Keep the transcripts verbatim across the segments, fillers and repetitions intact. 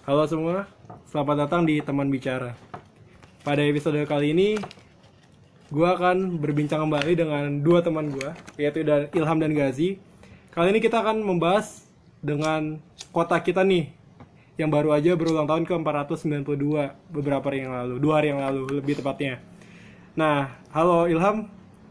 Halo semua, selamat datang di Teman Bicara. Pada episode kali ini, gue akan berbincang kembali dengan dua teman gue, yaitu Ilham dan Gazi. Kali ini kita akan membahas dengan kota kita nih, yang baru aja berulang tahun ke empat ratus sembilan puluh dua beberapa hari yang lalu, dua hari yang lalu lebih tepatnya. Nah, halo Ilham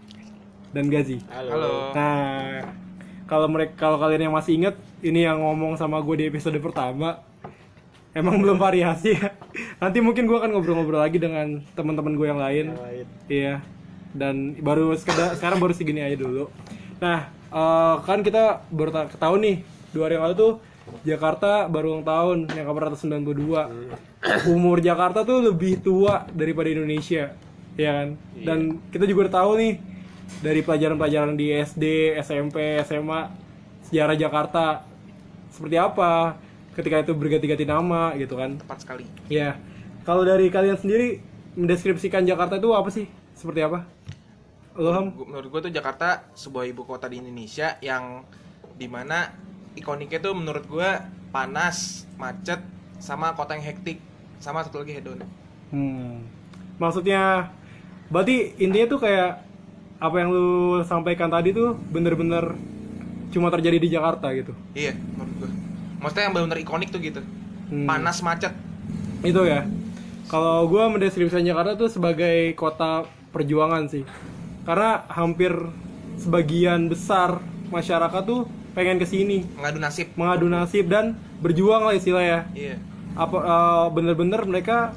dan Gazi. Halo. Nah, kalau mereka kalau kalian yang masih ingat, ini yang ngomong sama gue di episode pertama. Emang belum variasi ya. Nanti mungkin gue akan ngobrol-ngobrol lagi dengan teman-teman gue yang lain. Iya. Dan baru sekedar, sekarang baru segini aja dulu. Nah, uh, kan kita baru tahu nih dua hari yang lalu tuh Jakarta baru ulang tahun yang ke empat ratus sembilan puluh dua. Umur Jakarta tuh lebih tua daripada Indonesia, ya kan? Dan kita juga udah tahu nih dari pelajaran-pelajaran di S D, S M P, S M A sejarah Jakarta seperti apa ketika itu berganti-ganti nama gitu kan. Tepat sekali. Ya. Kalau dari kalian sendiri mendeskripsikan Jakarta itu apa sih? Seperti apa? Lo Ham? Menurut gue tuh Jakarta sebuah ibu kota di Indonesia yang dimana ikoniknya tuh menurut gue panas, macet, sama kota yang hektik, sama satu lagi hedon. Hmm. Maksudnya berarti intinya tuh kayak apa yang lu sampaikan tadi tuh bener-bener cuma terjadi di Jakarta gitu. Iya, menurut gue. Maksudnya yang benar-benar ikonik tuh gitu. Hmm. Panas, macet. Itu ya. Kalau gue mendeskripsikan Jakarta tuh sebagai kota perjuangan sih. Karena hampir sebagian besar masyarakat tuh pengen kesini. Mengadu nasib. Mengadu nasib dan berjuang lah istilahnya. Iya. Apa uh, bener-bener mereka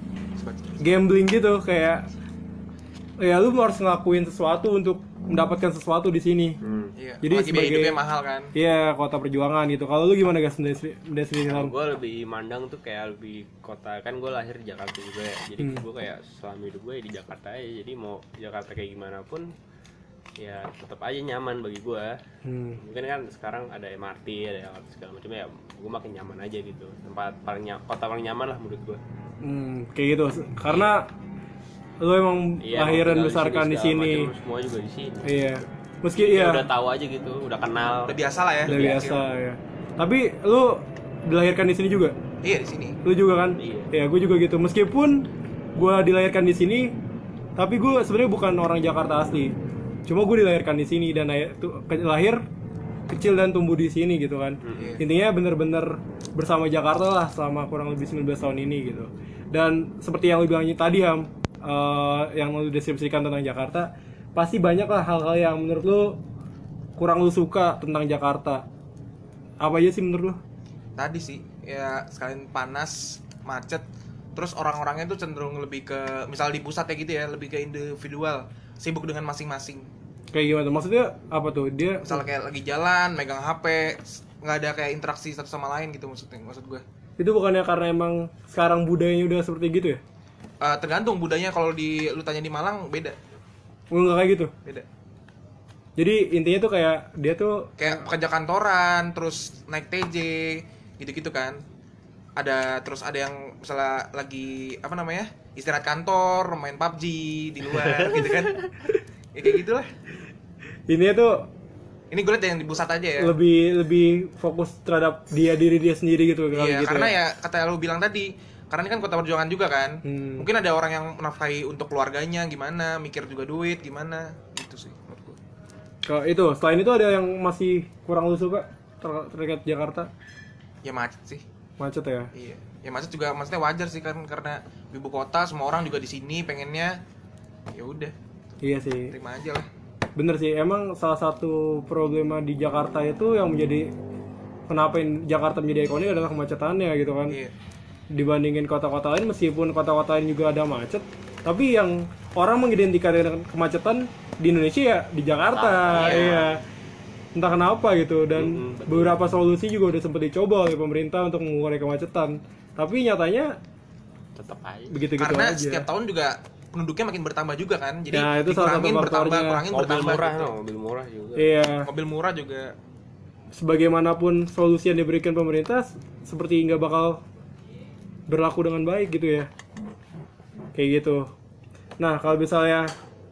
gambling gitu kayak ya lu harus ngelakuin sesuatu untuk mendapatkan sesuatu di sini. Hmm. Iya. Jadi Lagi sebagai hidupnya mahal kan. Iya, kota perjuangan gitu. Kalau lu gimana guys mendeskripsikan? Gue lebih mandang tuh kayak lebih kota, kan gue lahir di Jakarta juga ya. Jadi Hmm. gue kayak selama hidup gue di Jakarta aja. Jadi mau Jakarta kayak gimana pun ya tetap aja nyaman bagi gue. Hmm. Mungkin kan sekarang ada M R T, ada L R T segala macam ya. Gue makin nyaman aja gitu. Tempat paling ny- kota paling nyaman lah menurut gue. Hmm, kayak gitu. Karena lu emang Iya, lahir dan tinggal besarkan di segala sini. macam, semua juga di sini. Iya. Meski Ya, iya udah tahu aja gitu, udah kenal. Udah biasa lah ya. udah biasa ya. Tapi lu dilahirkan di sini juga? Iya, di sini. Lu juga kan? Iya. Ya, gue juga gitu. Meskipun gue dilahirkan di sini, tapi gue sebenarnya bukan orang Jakarta asli. Cuma gue dilahirkan di sini dan tuh lahir kecil dan tumbuh di sini gitu kan. Iya. Intinya bener-bener bersama Jakarta lah selama kurang lebih sembilan belas tahun ini gitu. Dan seperti yang lu bilang tadi Ham, uh, yang lu deskripsikan tentang Jakarta, pasti banyak lah hal-hal yang menurut lu kurang lu suka tentang Jakarta. Apa aja sih menurut lu? Tadi sih ya sekalian panas, macet. Terus orang-orangnya tuh cenderung lebih ke misal di pusat ya gitu ya, lebih ke individual, sibuk dengan masing-masing. Kayak gimana tuh? Maksudnya apa tuh? Dia Misalnya kayak lagi jalan, megang H P, nggak ada kayak interaksi satu sama lain gitu maksudnya, maksud gue. itu bukannya karena emang sekarang budayanya udah seperti gitu ya? Uh, tergantung budayanya, kalau di lu tanya di Malang beda, Enggak kayak gitu. beda. Jadi intinya tuh kayak dia tuh Kayak pekerja kantoran, terus naik T J, gitu-gitu kan. Ada terus ada yang misalnya lagi apa namanya istirahat kantor, main P U B G di luar, gitu kan. Ya kayak gitulah. intinya tuh Ini gue liat yang di pusat aja ya. lebih lebih fokus terhadap dia diri dia sendiri gitu kali Iya, gitu karena ya. ya kata lu bilang tadi, karena ini kan kota perjuangan juga kan. Hmm. Mungkin ada orang yang menafkahi untuk keluarganya gimana, mikir juga duit gimana, gitu sih menurut gue. Kalau itu selain itu ada yang masih kurang lu suka ter- terkait Jakarta? Ya macet sih. Macet ya. Iya. Ya macet juga maksudnya wajar sih kan, karena ibu kota semua orang juga di sini pengennya ya udah, Iya sih. terima aja lah. Bener sih, emang salah satu problema di Jakarta itu yang menjadi kenapa Jakarta menjadi ikonik adalah kemacetannya gitu kan. Iya. Dibandingin kota-kota lain, meskipun kota-kota lain juga ada macet, tapi yang orang mengidentikan dengan kemacetan di Indonesia ya di Jakarta. Ah, iya. Iya. Entah kenapa gitu, dan Mm-hmm, beberapa solusi juga udah sempat dicoba oleh pemerintah untuk mengurangi kemacetan. Tapi nyatanya Tetap aja. begitu-gitu Karena aja. setiap tahun juga penduduknya makin bertambah juga kan. Jadi Ya, itu salah satu dikurangin bertambah, faktornya. kurangin Mobil bertambah murah, gitu. no, mobil murah juga. Iya. Mobil murah juga. Sebagaimanapun solusi yang diberikan pemerintah seperti nggak bakal berlaku dengan baik gitu ya, kayak gitu. Nah kalau misalnya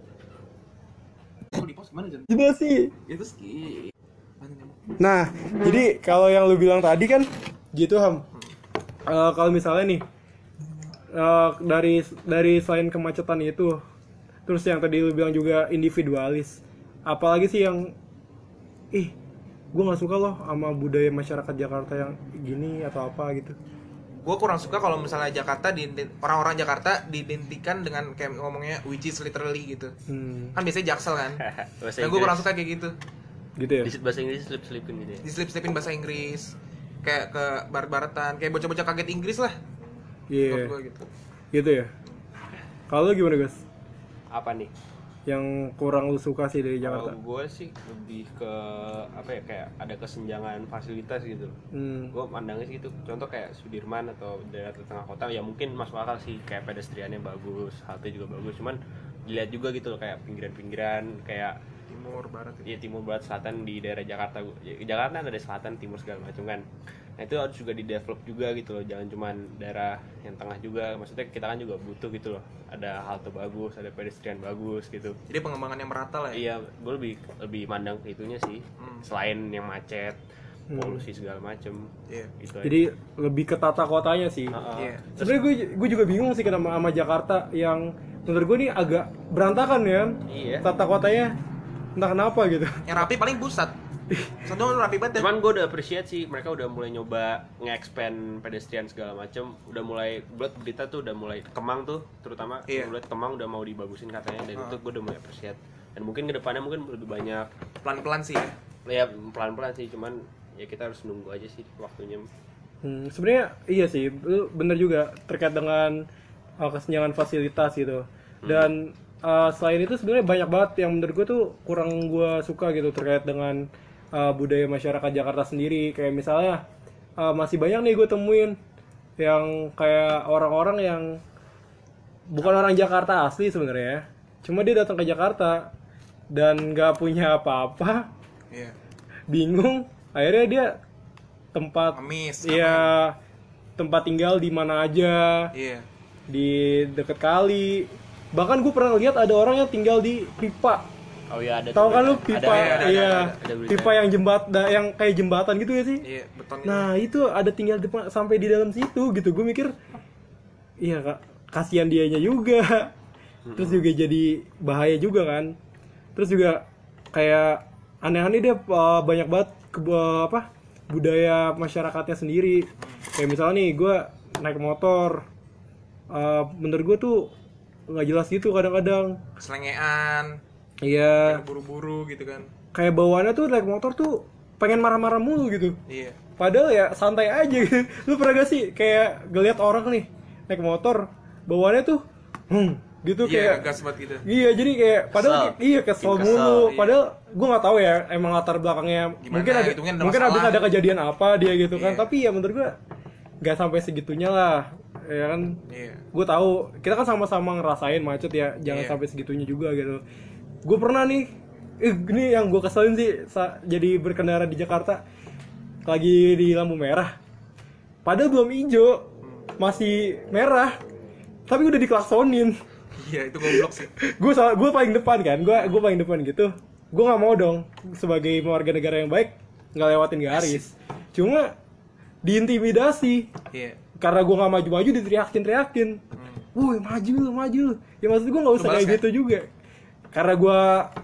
Oh, di pos gimana Jan? gimana sih? Itu ski. Nah jadi kalau yang lu bilang tadi kan gitu Ham, uh, kalau misalnya nih uh, dari dari selain kemacetan itu, terus yang tadi lu bilang juga individualis, apalagi sih yang ih gue nggak suka loh sama budaya masyarakat Jakarta yang gini atau apa gitu. Gue kurang suka kalau misalnya Jakarta di orang-orang Jakarta diidentikan dengan kayak ngomongnya which is literally gitu. Hmm. Kan biasanya Jaksel kan. Bahasa Dan gue Inggris. kurang suka kayak gitu. Gitu ya. Di bahasa Inggris slip-slipin gitu ya. Diselip-selipin bahasa Inggris. Kayak ke barat-baratan, kayak bocah-bocah kaget Inggris lah. Iya. Menurut gue gitu. Gitu ya. Kalau lu gimana guys? Apa nih? Yang kurang lu suka sih dari Kalau Jakarta? gue sih lebih ke apa ya, kayak ada kesenjangan fasilitas gitu. Hmm. Gue mandangnya sih gitu. Contoh kayak Sudirman atau daerah tengah kota ya mungkin masuk akal sih, kayak pedestriannya bagus, halte juga bagus. Cuman dilihat juga gitu loh, kayak pinggiran-pinggiran, kayak Timur, barat. ya timur, barat, selatan di daerah Jakarta. Ya, Jakarta kan ada selatan, timur segala macam kan. Nah itu harus juga di develop juga gitu loh, jangan cuman daerah yang tengah juga. Maksudnya kita kan juga butuh gitu loh, ada halte bagus, ada pedestrian bagus gitu. Jadi pengembangan yang merata lah ya. Iya, gue lebih lebih mandang ke itunya sih. Hmm. Selain yang macet, Hmm. polusi segala macem. Iya. Gitu Jadi lebih ke tata kotanya sih. aja. Iya. Sebenarnya gue gue juga bingung sih kenapa sama Jakarta yang menurut gue nih agak berantakan ya. Iya. Tata kotanya entah kenapa gitu. Yang rapi paling pusat. Soalnya lu rapi banget ya. Cuman gue udah appreciate sih, mereka udah mulai nyoba nge-expand pedestrian segala macem. Udah mulai, buat berita tuh udah mulai Kemang tuh, terutama Iya. gue liat Kemang udah mau dibagusin katanya. Dan Ah. itu gue udah mulai appreciate. Dan mungkin kedepannya mungkin lebih banyak. Pelan-pelan sih ya. Ya pelan-pelan sih, cuman ya kita harus nunggu aja sih waktunya. Hmm, sebenarnya iya sih, lu bener juga terkait dengan uh, kesenjangan fasilitas gitu. Dan uh, selain itu sebenarnya banyak banget yang menurut gue tuh kurang gue suka gitu terkait dengan uh, budaya masyarakat Jakarta sendiri. Kayak misalnya uh, masih banyak nih gue temuin yang kayak orang-orang yang bukan orang Jakarta asli sebenarnya, cuma dia datang ke Jakarta dan nggak punya apa-apa, Iya. bingung, akhirnya dia tempat Amis. Iya, tempat tinggal di mana aja, Iya. di deket kali. Bahkan gue pernah lihat ada orang yang tinggal di pipa. Oh iya ada. Tahu tuh kan lu berita. pipa? Ada, ada, ada, Iya, ada, ada berita. pipa yang jembat, da- yang kayak jembatan gitu ya sih. Iya, beton. Nah itu ada tinggal di, sampai di dalam situ gitu. Gue mikir, iya kak, kasihan dianya juga. Terus juga jadi bahaya juga kan. Terus juga kayak aneh-aneh dia uh, banyak banget ke, uh, apa budaya masyarakatnya sendiri. Kayak misalnya nih gue naik motor, uh, menurut gue tuh nggak jelas gitu kadang-kadang. Selengean, Iya, buru-buru gitu kan. kayak bawaannya tuh naik motor tuh pengen marah-marah mulu gitu. Iya. Padahal ya santai aja gitu. Lu pernah gak sih kayak ngeliat orang nih naik motor bawaannya tuh hmm gitu Iya, kayak gas banget gitu. iya jadi kayak padahal Kesel. kayak- iya kesel Kesel, mulu. iya. Padahal gue nggak tahu ya emang latar belakangnya Gimana mungkin ada gitu, mungkin ada mungkin habis masalah. ada kejadian apa dia gitu kan. Iya. Tapi ya menurut gue nggak sampai segitunya lah. Ya kan Iya. gue tahu kita kan sama-sama ngerasain macet ya jangan Iya. sampai segitunya juga gitu. Gue pernah nih eh, ini yang gue keselin sih sa- jadi berkendara di Jakarta lagi di lampu merah padahal belum hijau masih merah tapi udah diklaksonin. Iya, itu goblok sih. Gue gue paling depan kan gue gue paling depan gitu. Gue nggak mau dong sebagai warga negara yang baik nggak lewatin garis, cuma diintimidasi Iya. karena gue nggak maju-maju diteriakin-teriakin, woi maju lu maju lu. Ya maksud gue nggak usah Lu balas kayak nggak? gitu juga. Karena gue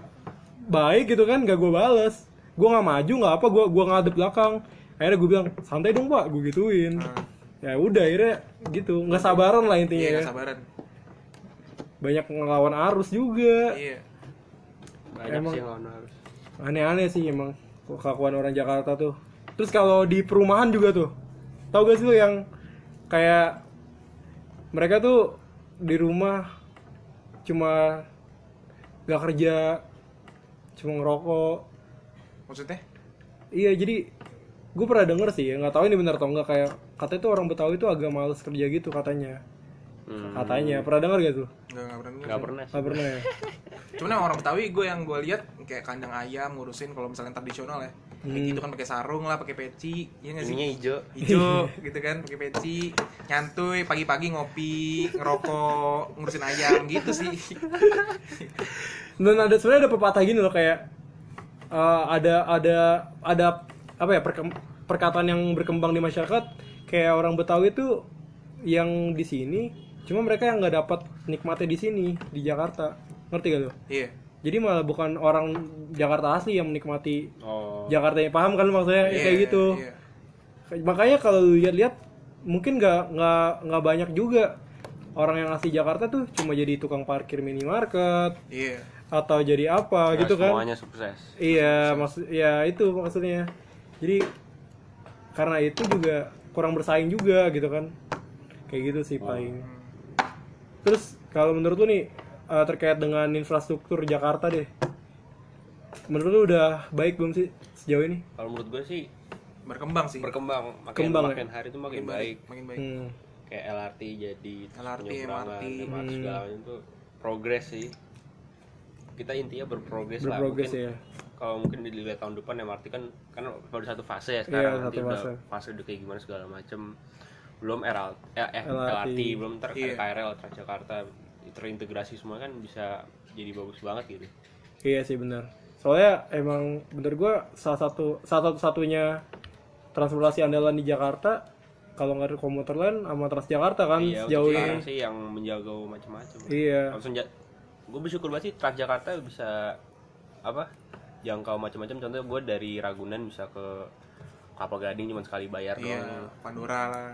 baik gitu kan, gak gue bales. Gue nggak maju nggak apa, gue gue ngadep belakang. Akhirnya gue bilang santai dong pak, gue gituin. Hmm. Ya udah akhirnya gitu, nggak sabaran lah intinya. Iya, Ya. gak sabaran. Banyak ngelawan arus juga. Iya. Banyak Emang. sih yang lawan harus. Aneh-aneh sih emang kelakuan orang Jakarta tuh. Terus kalau di perumahan juga tuh, tau gak sih lo yang kayak mereka tuh di rumah cuma gak kerja, cuma ngerokok. Maksudnya? Iya jadi gue pernah denger sih, nggak tahu ini benar atau enggak, kayak katanya tuh orang Betawi tuh agak males kerja gitu katanya. Hmm. Katanya pernah denger gak tuh? Enggak, enggak pernah. Nggak pernah sih. Nggak pernah ya. Cuman emang orang Betawi gue yang gue lihat kayak kandang ayam ngurusin kalau misalnya yang tradisional ya. Kayak Hmm. gitu kan pakai sarung lah, pakai peci, iya enggak sih? Ininya hijau. Hijau gitu kan, pakai peci, nyantuy pagi-pagi ngopi, ngerokok, ngurusin ayam gitu sih. Dan ada sebenarnya ada pepatah gini loh kayak uh, ada ada ada apa ya perkem- perkataan yang berkembang di masyarakat kayak orang Betawi tuh yang di sini, cuma mereka yang nggak dapat nikmatnya di sini di Jakarta, ngerti gak lo? Iya. Jadi malah bukan orang Jakarta asli yang menikmati Oh. Jakarta, yang paham kan maksudnya? Ya, Iya, kayak gitu. iya. Makanya kalau lu lihat-lihat mungkin nggak nggak nggak banyak juga orang yang asli Jakarta tuh cuma jadi tukang parkir minimarket Iya. atau jadi apa Nggak gitu kan? semuanya sukses. Iya, maksud ya itu maksudnya. Jadi karena itu juga kurang bersaing juga gitu kan. Kayak gitu sih paling. Terus kalau menurut lu nih eh, terkait dengan infrastruktur Jakarta deh. Menurut lu udah baik belum sih sejauh ini? Kalau menurut gue sih Berkembang sih. berkembang, makin Kembang, makin hari itu makin Makin baik. makin baik. Hmm. Kayak L R T jadi L R T, penyeberangan, M R T. M R T Hmm. segala macam itu progres sih. Kita intinya berprogres lah. Berprogres Mungkin ya. kalau mungkin dilihat tahun depan M R T kan kan baru satu fase ya Iya, sekarang. Nanti satu udah fase. fase udah kayak gimana segala macam. Belum R L T, eh, eh, L R T. L R T, belum ntar Iya. K R L Transjakarta terintegrasi semua kan bisa jadi bagus banget gitu. Iya sih benar. Soalnya emang bener gue salah satu satu satunya transportasi andalan di Jakarta kalau nggak ada komuter lain sama Transjakarta kan Iya, sejauh untuk ini. sekarang sih yang menjaga macam-macam. Iya. Langsung gue bersyukur banget sih Transjakarta bisa apa jangkau macam-macam. Contohnya gue dari Ragunan bisa ke Kelapa Gading cuma sekali bayar Iya, doang. Pandora lah.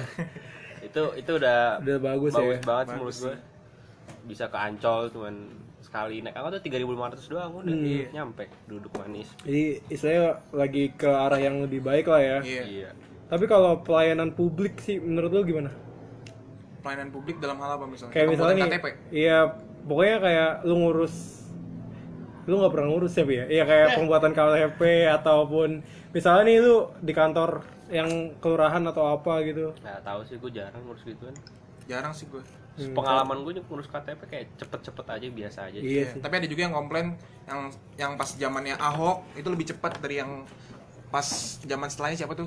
itu itu udah Udah bagus, bagus ya. banget Bagus menurut sih. gue. Bisa ke Ancol cuman sekali naik angkot tuh tiga ribu lima ratus doang udah Hmm. nyampe duduk manis. Jadi istilahnya lagi ke arah yang lebih baik lah ya. Iya. Iya. Tapi kalau pelayanan publik sih menurut lu gimana? Pelayanan publik dalam hal apa misalnya? Kayak misalnya nih, Pembuatan K T P. iya pokoknya kayak lu ngurus, lu nggak pernah ngurus ya, Bi, ya? Iya kayak pembuatan K T P ataupun misalnya nih lu di kantor yang kelurahan atau apa gitu. Nah, tahu sih gue jarang ngurus gituan. Jarang sih gue. Hmm, Pengalaman gue ngurus K T P kayak cepet-cepet aja biasa aja. Iya Iya. sih. Tapi ada juga yang komplain yang yang pas zamannya Ahok itu lebih cepat dari yang pas zaman setelahnya siapa tuh?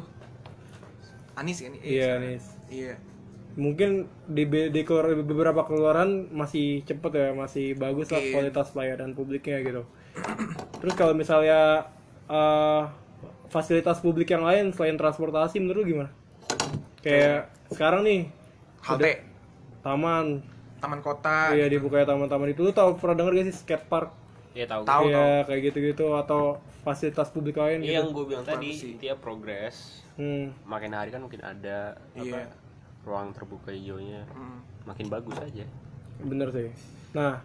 Anies kan? Iya nih. Iya. Mungkin di, be- di kelur- beberapa kelurahan masih cepet ya, masih bagus lah Mungkin. kualitas pelayanan publiknya gitu. Terus kalau misalnya eh, fasilitas publik yang lain selain transportasi menurut lu gimana? Kayak sekarang nih Halte, taman, taman kota. iya dibuka taman-taman itu, lu tau pernah denger gak sih skate park? Iya tahu. Tahu. Iya kayak gitu-gitu atau fasilitas publik lain Iya yang gitu. gue bilang tadi Bagus sih. dia progres. Hmm. Makin hari kan mungkin ada Iya. apa ruang terbuka hijaunya Hmm. makin bagus aja. Bener sih. Nah,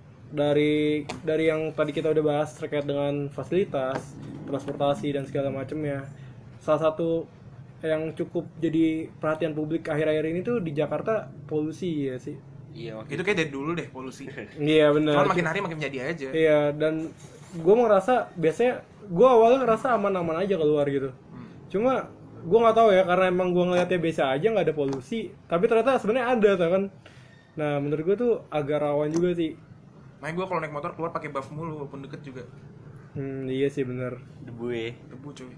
dari dari yang tadi kita udah bahas terkait dengan fasilitas, transportasi dan segala macamnya, salah satu yang cukup jadi perhatian publik akhir-akhir ini tuh di Jakarta polusi ya sih. Iya makin Itu kayak dari dulu deh polusi. Iya benar. Cuman makin hari makin menjadi aja. Iya, dan gue ngerasa biasanya gue awalnya ngerasa aman-aman aja keluar gitu. Hmm. Cuma gue nggak tahu ya karena emang gue ngeliatnya biasa aja nggak ada polusi, tapi ternyata sebenarnya ada tuh kan. Nah menurut gue tuh agak rawan juga sih. Makanya gue kalau naik motor keluar pakai buff mulu walaupun deket juga. Hmm, iya sih bener. debu ya. Debu cuy.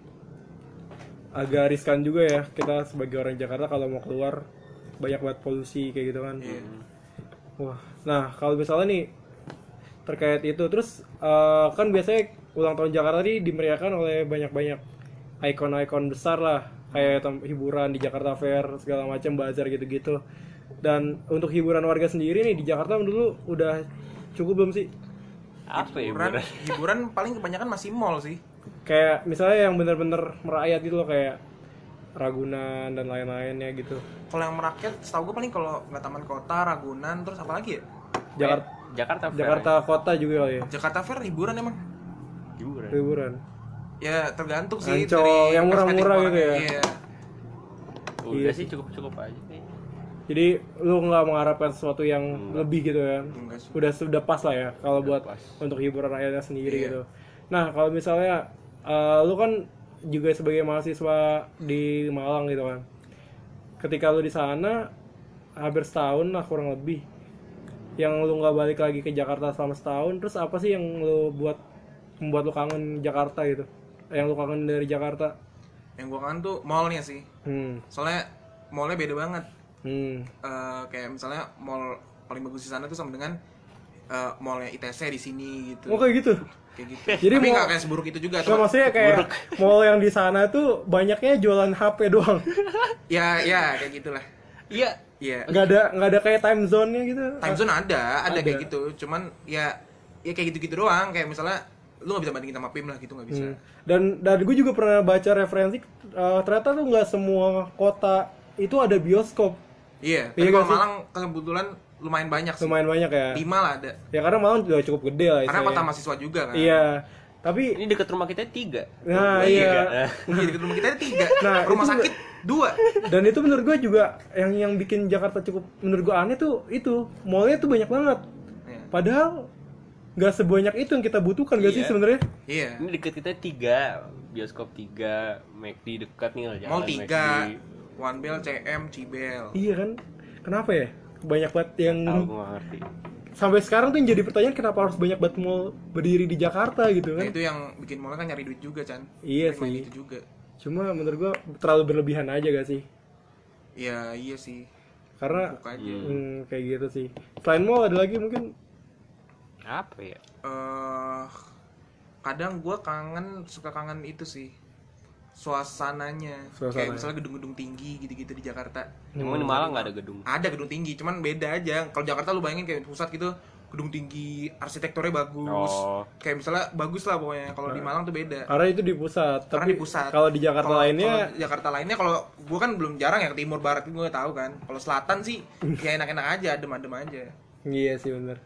Agak riskan juga ya kita sebagai orang Jakarta kalau mau keluar banyak banget polusi kayak gitu kan. Iya. Wah, nah kalau misalnya nih terkait itu terus eh, kan biasanya ulang tahun Jakarta ini dimeriahkan oleh banyak-banyak ikon-ikon besar lah kayak tem- hiburan di Jakarta Fair segala macam bazar gitu-gitu. Dan untuk hiburan warga sendiri nih di Jakarta menurut lu udah cukup belum sih? Apa ya Hiburan, beneran? hiburan paling kebanyakan masih mall sih. Kayak misalnya yang bener-bener merakyat gitu loh kayak Ragunan dan lain-lainnya gitu. Kalau yang merakyat, setahu gue paling kalau nggak Taman Kota, Ragunan, terus apa lagi ya? Jakarta Jakarta Fair. Jakarta kota juga kali ya. Jakarta Fair hiburan emang. Hiburan. Hiburan. Ya tergantung sih Ancol, dari yang murah-murah perspektif gitu ya? orangnya. Iya. Udah Iya sih cukup-cukup aja nih. Jadi lu nggak mengharapkan sesuatu yang lebih gitu ya. Enggak sih. Udah sudah pas lah ya kalau buat pas. untuk hiburan rakyatnya sendiri Iya. gitu. Nah, kalau misalnya eh, lu kan juga sebagai mahasiswa di Malang gitu kan. Ketika lu di sana hampir setahun lah kurang lebih. Yang lu nggak balik lagi ke Jakarta selama setahun, terus apa sih yang lu buat membuat lu kangen Jakarta gitu? Yang lu kangen dari Jakarta? Yang gue kangen tuh mallnya sih. Hmm. Soalnya mallnya beda banget. Hmm. Eh, kayak misalnya mall paling bagus di sana tuh sama dengan eh, mallnya I T C di sini gitu. Oh kayak gitu. kayak gitu. Jadi Tapi mau- nggak kayak seburuk itu juga. Nggak, Cuma, maksudnya kayak mall yang di sana tuh banyaknya jualan H P doang. ya ya kayak gitulah. Iya. Iya. Nggak ada nggak ada kayak time zone-nya gitu. Time zone ada, ada, Ada. kayak gitu. Cuman ya ya kayak gitu-gitu doang. Kayak misalnya lu nggak bisa bandingin sama P I M lah gitu, nggak bisa. Hmm. Dan dan gue juga pernah baca referensi uh, ternyata tuh nggak semua kota itu ada bioskop. Iya. Iya Tapi kalau nggak sih? Malang kebetulan lumayan banyak sih. Lumayan banyak ya. Lima lah ada. Ya karena Malang juga cukup gede lah. Karena istilahnya. kota mahasiswa juga kan. Iya. Tapi Ini dekat rumah kita tiga. nah Oh, iya. tiga. Iya, di rumah kita ada tiga. Nah, Rumah itu sakit dua. Dan itu menurut gue juga yang yang bikin Jakarta cukup menurut gue aneh tuh itu mallnya tuh banyak banget. Iya. Padahal nggak sebanyak itu yang kita butuhkan gak sih Iya. sebenarnya? Iya. Ini dekat kita tiga, bioskop tiga, McD dekat nih jalan. Mall tiga, McD. One Bell, C M, Cibel. Iya kan? Kenapa ya? Banyak banget yang Tahu gue nggak ngerti. sampai sekarang tuh yang jadi pertanyaan kenapa harus banyak banget mall berdiri di Jakarta gitu Nah kan? itu yang bikin mallnya kan nyari duit juga, Chan. Iya Main sih. itu juga. Cuma menurut gua terlalu berlebihan aja gak sih? Iya, iya sih. Karena Buka aja. hmm, kayak gitu sih. Selain mall ada lagi mungkin Apa ya? Eh, kadang gua kangen, suka kangen itu sih. Suasananya. Suasana. Kayak misalnya gedung-gedung tinggi gitu-gitu di Jakarta. Emang di Malang nggak ada gedung. Ada gedung tinggi, cuman beda aja. Kalau Jakarta lu bayangin kayak pusat gitu, gedung tinggi, arsitekturnya bagus. Oh. Kayak misalnya bagus lah pokoknya. Kalau di Malang tuh beda. karena itu di pusat. Karena Tapi di pusat. kalau di Jakarta Kalau- lainnya kalau di Jakarta lainnya kalau gua kan belum jarang ya ke timur barat gue nggak tahu kan. Kalau selatan sih ya enak-enak aja, adem-adem aja. iya sih bener.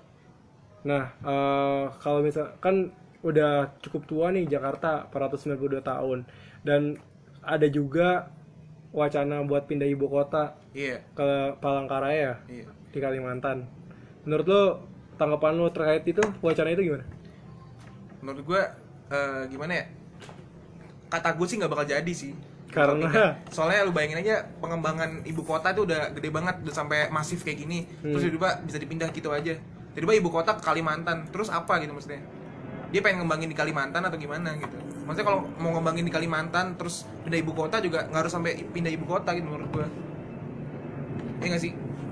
Nah, eh, kalau misal kan udah cukup tua nih Jakarta empat ratus sembilan puluh dua tahun dan ada juga wacana buat pindah ibu kota Iya, ke Palangkaraya iya. di Kalimantan. Menurut lo tanggapan lo terkait itu wacana itu gimana? Menurut gua eh, gimana ya? Kata gue sih nggak bakal jadi sih. Karena Soalnya lu bayangin aja pengembangan ibu kota itu udah gede banget, udah sampai masif kayak gini. Terus tiba-tiba bisa dipindah gitu aja. Tiba-tiba ibu kota ke Kalimantan. Terus apa gitu maksudnya? Dia pengen ngembangin di Kalimantan atau gimana gitu. Maksudnya kalau mau ngembangin di Kalimantan terus pindah ibu kota juga nggak harus sampai pindah ibu kota gitu menurut gua. Iya nggak sih?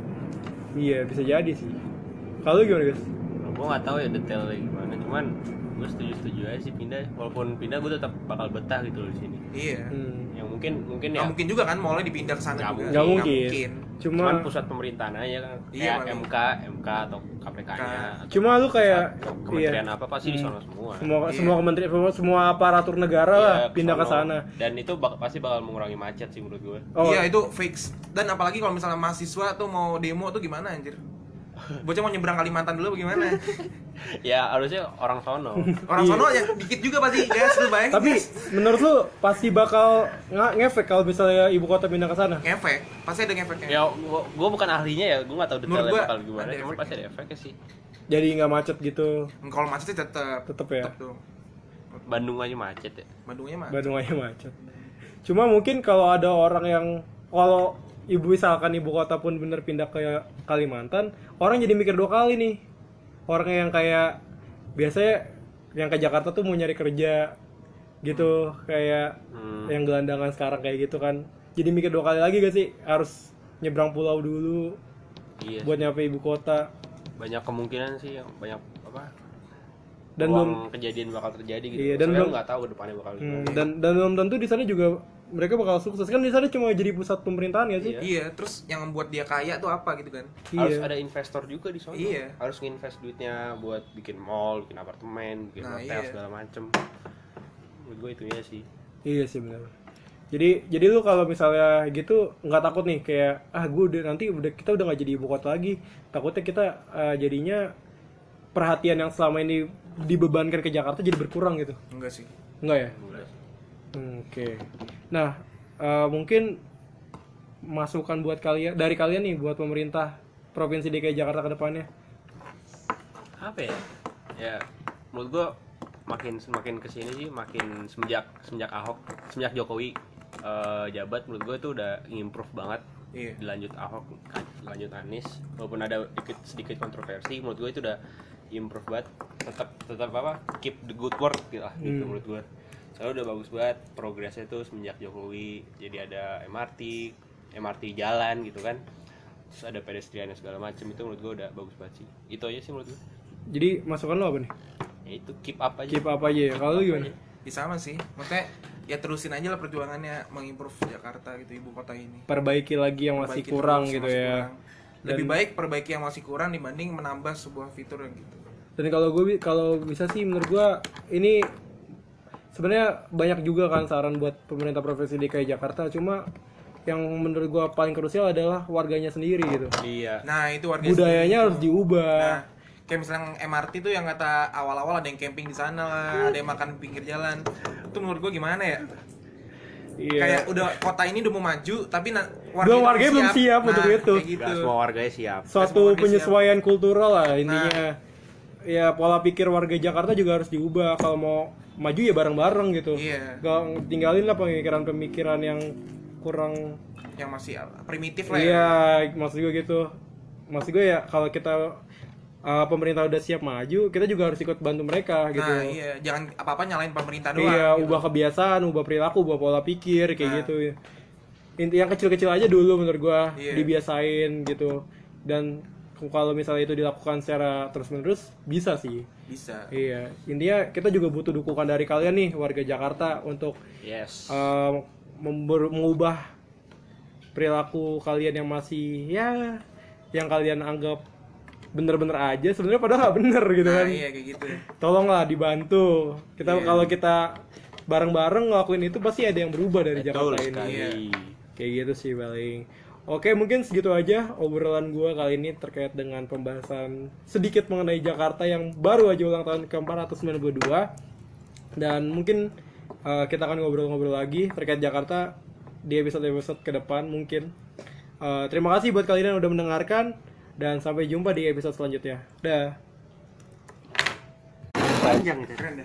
iya bisa jadi sih. Kalau lu gimana guys? Gue nggak tahu ya detailnya gimana. Cuman gue setuju-setuju aja sih pindah. Walaupun pindah gue tetap bakal betah gitu loh di sini. Iya. Hmm. Yang mungkin mungkin Nggak ya. mungkin juga kan mallnya dipindah ke sana Nggak juga. mungkin. Nggak Nggak mungkin. Cuma Cuman pusat pemerintahan aja kan. Iya, Kayak paling. M K, M K atau K P K-nya. atau Cuma lu kayak pusat kementerian iya. apa pasti di sana semua. semua Iya. semua kementerian semua, semua aparatur negara Iya, lah pindah ke sono. sana. Dan itu bak- pasti bakal mengurangi macet sih menurut gue. Oh, Iya itu fix. Dan apalagi kalau misalnya mahasiswa tuh mau demo tuh gimana anjir? Bocah mau nyebrang Kalimantan dulu bagaimana? Ya harusnya orang sono. Orang sono ya dikit juga pasti guys, lu bayangin. tapi guys. menurut lu pasti bakal nggak ngefek kalau misalnya ibu kota pindah ke sana? Ngefek, pasti ada ngefeknya. Ya gua, gua bukan ahlinya ya, gua nggak tahu Menurut detailnya gua bakal gimana. ada Cuma efeknya. pasti ada efeknya sih. Jadi nggak macet gitu. Kalau macet sih tetep Tetep ya? tetep tuh. Bandung aja macet ya. Bandungnya mah. Bandung aja macet. Cuma mungkin kalau ada orang yang kalau ibu misalkan ibu kota pun bener pindah ke Kalimantan, orang jadi mikir dua kali nih. Orang yang kayak biasanya yang ke Jakarta tuh mau nyari kerja gitu, kayak Hmm. yang gelandangan sekarang kayak gitu kan. Jadi mikir dua kali lagi gak sih? Harus nyebrang pulau dulu Iya. buat nyampe ibu kota. Banyak kemungkinan sih yang banyak apa? Dan peluang kejadian bakal terjadi gitu. Iya, dan Soalnya belum- lu nggak tahu depannya bakal Hmm, gimana. dan dan belum tentu di sana juga mereka bakal sukses kan, di sana cuma jadi pusat pemerintahan gak sih? Iya. Iya, terus yang membuat dia kaya tuh apa gitu kan? Harus Iya. ada investor juga di sana. Iya. Harus nginvest duitnya buat bikin mall, bikin apartemen, bikin Nah, hotel iya. segala macem. Menurut gue itu ya sih. Iya sih benar. Jadi jadi lu kalau misalnya gitu nggak takut nih kayak ah gue udah nanti udah kita udah nggak jadi ibu kota lagi, takutnya kita eh, jadinya perhatian yang selama ini dibebankan ke Jakarta jadi berkurang gitu. Enggak sih. Enggak ya? Enggak. Hmm, Oke. Nah eh, mungkin masukan buat kalian dari kalian nih buat pemerintah provinsi D K I Jakarta ke depannya. Apa ya? Ya menurut gue makin semakin kesini sih makin semenjak semenjak Ahok semenjak Jokowi eh, jabat menurut gue tuh udah improve banget. Iya. Dilanjut Ahok, lanjut Anies, walaupun ada dikit sedikit kontroversi, menurut gue itu udah improve banget. Tetap tetap apa? Keep the good work gitu lah, gitu Hmm. menurut gue. Soalnya udah bagus banget progresnya tuh semenjak Jokowi. Jadi ada M R T, M R T jalan gitu kan. Terus ada pedestrian dan segala macam, itu menurut gue udah bagus banget sih. Itu aja sih menurut gue. Jadi masukan lu apa nih? Ya itu keep up aja. Keep up aja ya. Kalau lu gimana? Ya sama sih, maksudnya ya terusin aja lah perjuangannya mengimprove Jakarta gitu, ibu kota ini. Perbaiki lagi yang masih Perbaiki kurang terus, gitu masih ya. kurang. Lebih baik perbaiki yang masih kurang dibanding menambah sebuah fitur yang gitu. Dan kalau gue kalau bisa sih menurut gue ini sebenarnya banyak juga kan saran buat pemerintah provinsi D K I Jakarta, cuma yang menurut gue paling krusial adalah warganya sendiri gitu. Iya. Nah itu warga Budayanya sendiri harus tuh. diubah. Nah, kayak misalnya M R T tuh yang kata awal-awal ada yang camping di sana lah, ada yang makan pinggir jalan. Itu menurut gua gimana ya? Iya. Kayak udah kota ini udah mau maju, tapi na- Belum, warganya belum siap untuk Nah, itu. kayak gitu. Gak semua warganya siap. Suatu warga penyesuaian kultural lah intinya. Nah. Ya pola pikir warga Jakarta juga harus diubah kalau mau maju ya bareng-bareng gitu. Iya. Gak tinggalin lah pemikiran-pemikiran yang kurang. Yang masih primitif lah ya. Iya, maksud gue gitu. Maksud gue ya kalau kita uh, pemerintah udah siap maju, kita juga harus ikut bantu mereka gitu. Nah, iya, jangan apa-apa nyalain pemerintah doang. Iya, gitu. ubah kebiasaan, ubah perilaku, ubah pola pikir kayak Nah. gitu. Inti yang kecil-kecil aja dulu menurut gua Iya. dibiasain gitu. Dan kalau misalnya itu dilakukan secara terus-menerus bisa sih. Bisa. Iya, intinya kita juga butuh dukungan dari kalian nih warga Jakarta untuk Yes. uh, member- mengubah perilaku kalian yang masih ya yang kalian anggap bener-bener aja sebenarnya padahal nggak bener gitu Nah, kan. iya kayak gitu. Tolonglah dibantu. Kita Iya. kalau kita bareng-bareng ngelakuin itu pasti ada yang berubah dari Betul Jakarta sekali. ini. Iya. Kayak gitu sih paling. Oke, mungkin segitu aja obrolan gua kali ini terkait dengan pembahasan sedikit mengenai Jakarta yang baru aja ulang tahun ke empat ratus sembilan puluh dua. Dan mungkin uh, kita akan ngobrol-ngobrol lagi terkait Jakarta di episode-episode ke depan mungkin. Uh, terima kasih buat kalian yang udah mendengarkan dan sampai jumpa di episode selanjutnya. Dah. Panjang itu. Keren deh.